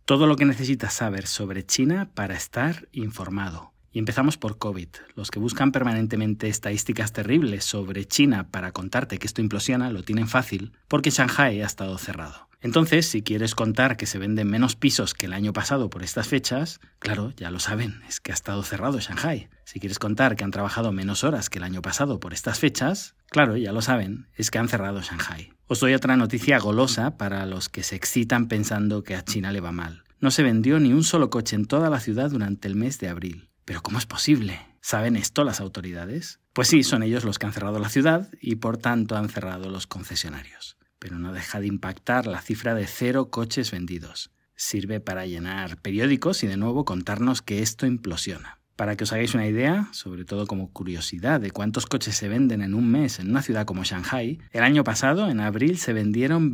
Todo lo que necesitas saber sobre China para estar informado. Y empezamos por COVID. Los que buscan permanentemente estadísticas terribles sobre China para contarte que esto implosiona lo tienen fácil porque Shanghái ha estado cerrado. Entonces, si quieres contar que se venden menos pisos que el año pasado por estas fechas, claro, ya lo saben, es que ha estado cerrado Shanghái. Si quieres contar que han trabajado menos horas que el año pasado por estas fechas, claro, ya lo saben, es que han cerrado Shanghái. Os doy otra noticia golosa para los que se excitan pensando que a China le va mal. No se vendió ni un solo coche en toda la ciudad durante el mes de abril. ¿Pero cómo es posible? ¿Saben esto las autoridades? Pues sí, son ellos los que han cerrado la ciudad y por tanto han cerrado los concesionarios. Pero no deja de impactar la cifra de 0 coches vendidos. Sirve para llenar periódicos y de nuevo contarnos que esto implosiona. Para que os hagáis una idea, sobre todo como curiosidad de cuántos coches se venden en un mes en una ciudad como Shanghái, el año pasado, en abril, se vendieron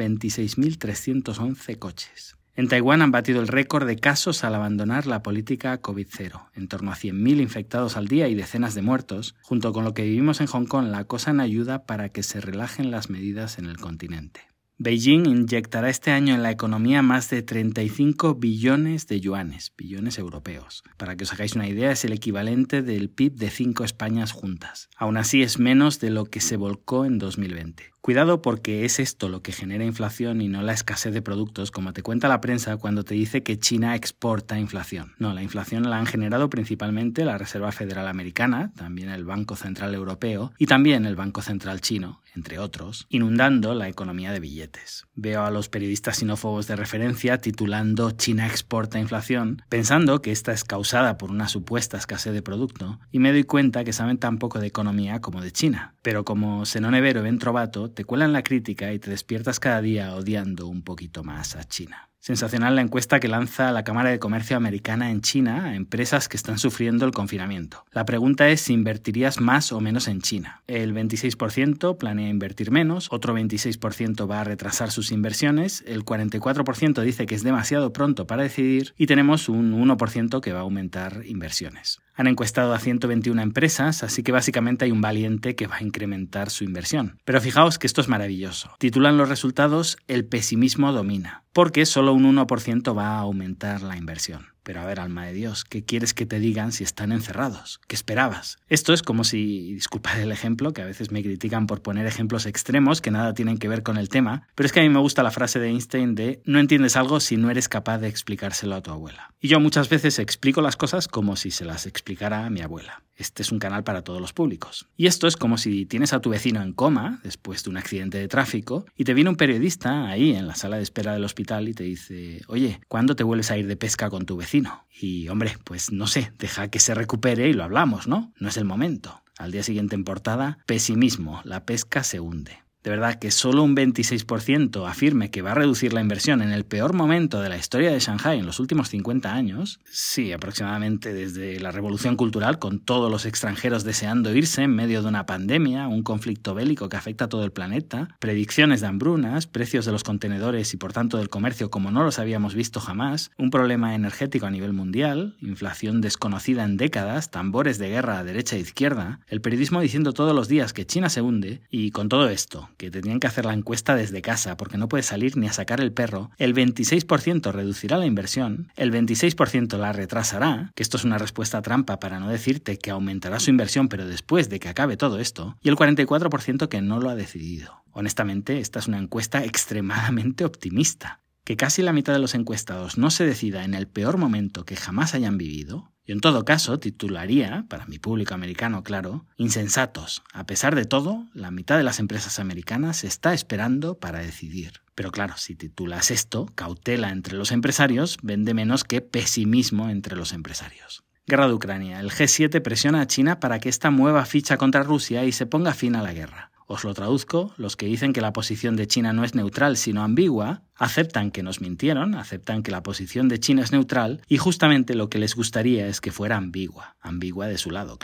26.311 coches. En Taiwán han batido el récord de casos al abandonar la política COVID-0, en torno a 100.000 infectados al día y decenas de muertos. Junto con lo que vivimos en Hong Kong, la cosa no ayuda para que se relajen las medidas en el continente. Beijing inyectará este año en la economía más de 35 billones de yuanes, billones europeos. Para que os hagáis una idea, es el equivalente del PIB de 5 Españas juntas. Aún así es menos de lo que se volcó en 2020. Cuidado porque es esto lo que genera inflación y no la escasez de productos, como te cuenta la prensa cuando te dice que China exporta inflación. No, la inflación la han generado principalmente la Reserva Federal Americana, también el Banco Central Europeo y también el Banco Central Chino, entre otros, inundando la economía de billetes. Veo a los periodistas sinófobos de referencia titulando China exporta inflación, pensando que esta es causada por una supuesta escasez de producto, y me doy cuenta que saben tan poco de economía como de China. Pero como Senone Vero ben trovato, te cuelan la crítica y te despiertas cada día odiando un poquito más a China. Sensacional la encuesta que lanza la Cámara de Comercio Americana en China a empresas que están sufriendo el confinamiento. La pregunta es si invertirías más o menos en China. El 26% planea invertir menos, otro 26% va a retrasar sus inversiones, el 44% dice que es demasiado pronto para decidir y tenemos un 1% que va a aumentar inversiones. Han encuestado a 121 empresas, así que básicamente hay un valiente que va a incrementar su inversión. Pero fijaos que esto es maravilloso. Titulan los resultados "El pesimismo domina", porque solo un 1% va a aumentar la inversión. Pero a ver, alma de Dios, ¿qué quieres que te digan si están encerrados? ¿Qué esperabas? Esto es como si, disculpad el ejemplo, que a veces me critican por poner ejemplos extremos que nada tienen que ver con el tema, pero es que a mí me gusta la frase de Einstein de "no entiendes algo si no eres capaz de explicárselo a tu abuela". Y yo muchas veces explico las cosas como si se las explicara a mi abuela. Este es un canal para todos los públicos. Y esto es como si tienes a tu vecino en coma después de un accidente de tráfico y te viene un periodista ahí en la sala de espera del hospital y te dice "Oye, ¿cuándo te vuelves a ir de pesca con tu vecino?". Y hombre, pues no sé, deja que se recupere y lo hablamos, ¿no? No es el momento. Al día siguiente en portada, pesimismo, la pesca se hunde. De verdad que solo un 26% afirme que va a reducir la inversión en el peor momento de la historia de Shanghái en los últimos 50 años, sí, aproximadamente desde la revolución cultural, con todos los extranjeros deseando irse en medio de una pandemia, un conflicto bélico que afecta a todo el planeta, predicciones de hambrunas, precios de los contenedores y por tanto del comercio como no los habíamos visto jamás, un problema energético a nivel mundial, inflación desconocida en décadas, tambores de guerra a derecha e izquierda, el periodismo diciendo todos los días que China se hunde y con todo esto, que te tenían que hacer la encuesta desde casa porque no puedes salir ni a sacar el perro, el 26% reducirá la inversión, el 26% la retrasará, que esto es una respuesta trampa para no decirte que aumentará su inversión pero después de que acabe todo esto, y el 44% que no lo ha decidido. Honestamente, esta es una encuesta extremadamente optimista. Que casi la mitad de los encuestados no se decida en el peor momento que jamás hayan vivido, yo en todo caso titularía, para mi público americano claro, insensatos. A pesar de todo, la mitad de las empresas americanas está esperando para decidir. Pero claro, si titulas esto, cautela entre los empresarios, vende menos que pesimismo entre los empresarios. Guerra de Ucrania. El G7 presiona a China para que esta mueva ficha contra Rusia y se ponga fin a la guerra. Os lo traduzco, los que dicen que la posición de China no es neutral sino ambigua, aceptan que nos mintieron, aceptan que la posición de China es neutral y justamente lo que les gustaría es que fuera ambigua de su lado, claro.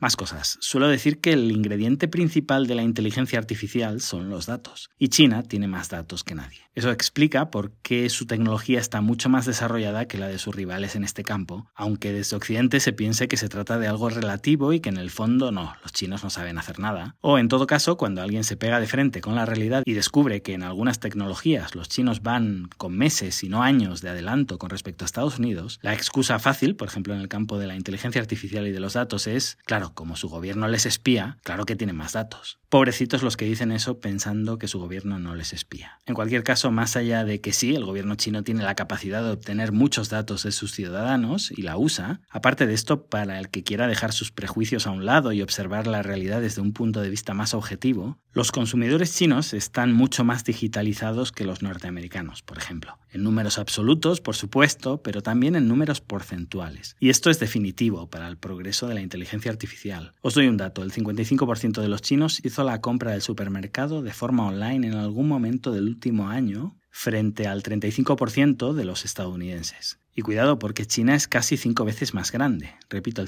Más cosas. Suelo decir que el ingrediente principal de la inteligencia artificial son los datos. Y China tiene más datos que nadie. Eso explica por qué su tecnología está mucho más desarrollada que la de sus rivales en este campo, aunque desde Occidente se piense que se trata de algo relativo y que en el fondo no, los chinos no saben hacer nada. O en todo caso, cuando alguien se pega de frente con la realidad y descubre que en algunas tecnologías los chinos van con meses y no años de adelanto con respecto a Estados Unidos, la excusa fácil, por ejemplo en el campo de la inteligencia artificial y de los datos, es, claro, como su gobierno les espía, claro que tienen más datos. Pobrecitos los que dicen eso pensando que su gobierno no les espía. En cualquier caso, más allá de que sí, el gobierno chino tiene la capacidad de obtener muchos datos de sus ciudadanos y la usa, aparte de esto, para el que quiera dejar sus prejuicios a un lado y observar la realidad desde un punto de vista más objetivo, los consumidores chinos están mucho más digitalizados que los norteamericanos, por ejemplo. En números absolutos, por supuesto, pero también en números porcentuales. Y esto es definitivo para el progreso de la inteligencia artificial. Os doy un dato, el 55% de los chinos hizo la compra del supermercado de forma online en algún momento del último año, frente al 35% de los estadounidenses. Y cuidado, porque China es casi 5 veces más grande. Repito, el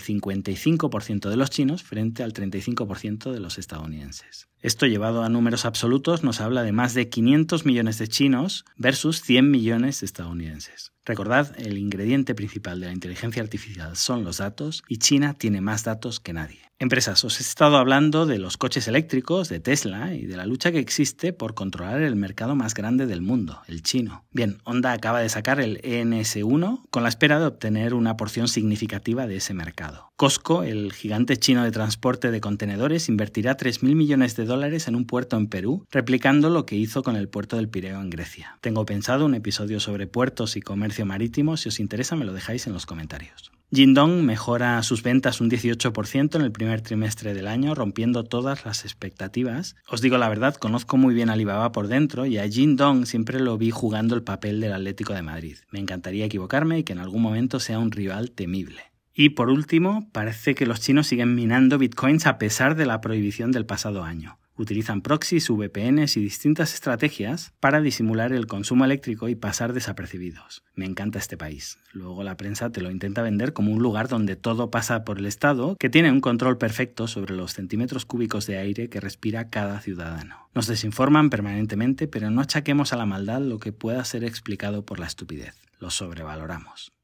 55% de los chinos frente al 35% de los estadounidenses. Esto llevado a números absolutos nos habla de más de 500 millones de chinos versus 100 millones de estadounidenses. Recordad, el ingrediente principal de la inteligencia artificial son los datos y China tiene más datos que nadie. Empresas, os he estado hablando de los coches eléctricos, de Tesla y de la lucha que existe por controlar el mercado más grande del mundo, el chino. Bien, Honda acaba de sacar el ENS1 con la espera de obtener una porción significativa de ese mercado. Costco, el gigante chino de transporte de contenedores, invertirá 3.000 millones de dólares en un puerto en Perú, replicando lo que hizo con el puerto del Pireo en Grecia. Tengo pensado un episodio sobre puertos y comercio marítimo, si os interesa me lo dejáis en los comentarios. Jingdong mejora sus ventas un 18% en el primer trimestre del año, rompiendo todas las expectativas. Os digo la verdad, conozco muy bien a Alibaba por dentro y a Jingdong siempre lo vi jugando el papel del Atlético de Madrid. Me encantaría equivocarme y que en algún momento sea un rival temible. Y por último, parece que los chinos siguen minando bitcoins a pesar de la prohibición del pasado año. Utilizan proxies, VPNs y distintas estrategias para disimular el consumo eléctrico y pasar desapercibidos. Me encanta este país. Luego la prensa te lo intenta vender como un lugar donde todo pasa por el Estado, que tiene un control perfecto sobre los centímetros cúbicos de aire que respira cada ciudadano. Nos desinforman permanentemente, pero no achaquemos a la maldad lo que pueda ser explicado por la estupidez. Lo sobrevaloramos.